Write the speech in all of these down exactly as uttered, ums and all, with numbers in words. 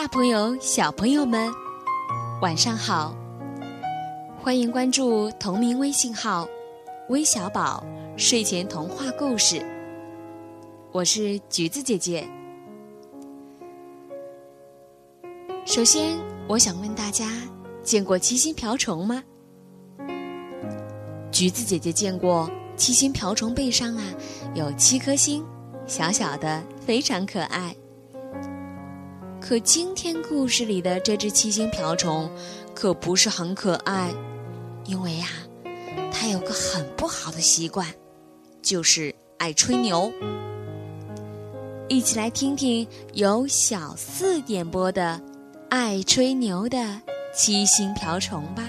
大朋友小朋友们晚上好，欢迎关注同名微信号微小宝睡前童话故事，我是橘子姐姐。首先我想问大家，见过七星瓢虫吗？橘子姐姐见过，七星瓢虫背上啊有七颗星，小小的，非常可爱。可今天故事里的这只七星瓢虫可不是很可爱，因为呀、啊，它有个很不好的习惯，就是爱吹牛。一起来听听由小四点播的《爱吹牛的七星瓢虫》吧。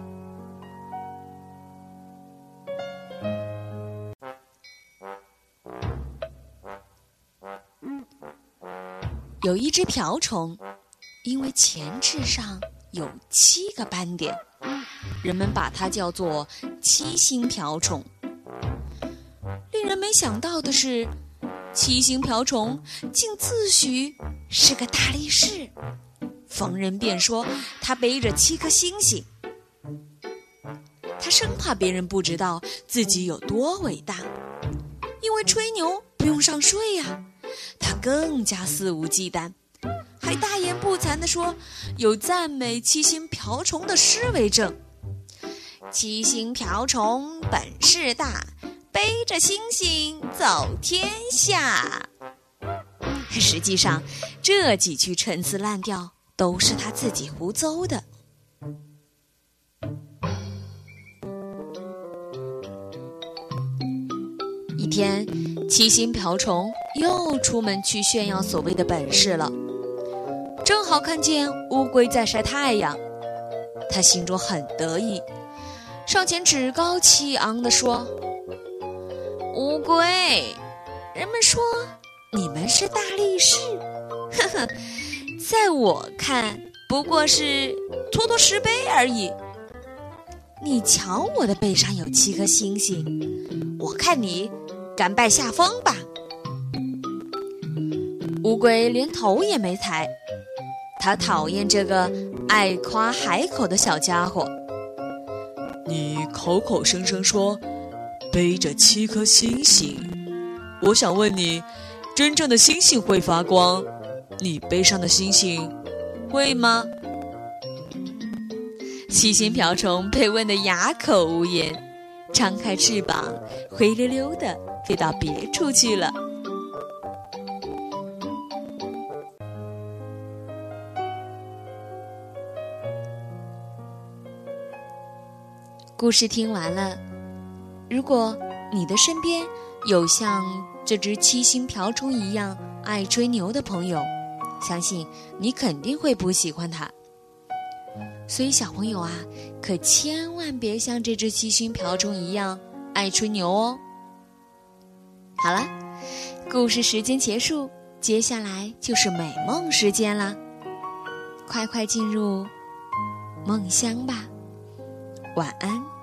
有一只瓢虫，因为前翅上有七个斑点，人们把它叫做七星瓢虫。令人没想到的是，七星瓢虫竟自诩是个大力士，逢人便说他背着七颗星星。他生怕别人不知道自己有多伟大，因为吹牛不用上税呀、啊。他更加肆无忌惮，还大言不惭地说有赞美七星瓢虫的诗为证：七星瓢虫本事大，背着星星走天下。实际上这几句陈词滥调都是他自己胡诌的。一天，七星瓢虫又出门去炫耀所谓的本事了，正好看见乌龟在晒太阳，他心中很得意，上前趾高气昂地说：乌龟，人们说你们是大力士，呵呵，在我看不过是拖拖石碑而已。你瞧我的背上有七颗星星，我看你甘拜下风吧。乌龟连头也没抬，他讨厌这个爱夸海口的小家伙。 你口口声声说背着七颗星星，我想问你，真正的星星会发光，你背上的星星会吗？ 七星瓢虫被问得哑口无言，张开翅膀灰溜溜的飞到别处去了。故事听完了，如果你的身边有像这只七星瓢虫一样爱吹牛的朋友，相信你肯定会不喜欢他。所以小朋友啊，可千万别像这只七星瓢虫一样爱吹牛哦。好了，故事时间结束，接下来就是美梦时间啦，快快进入梦乡吧，晚安。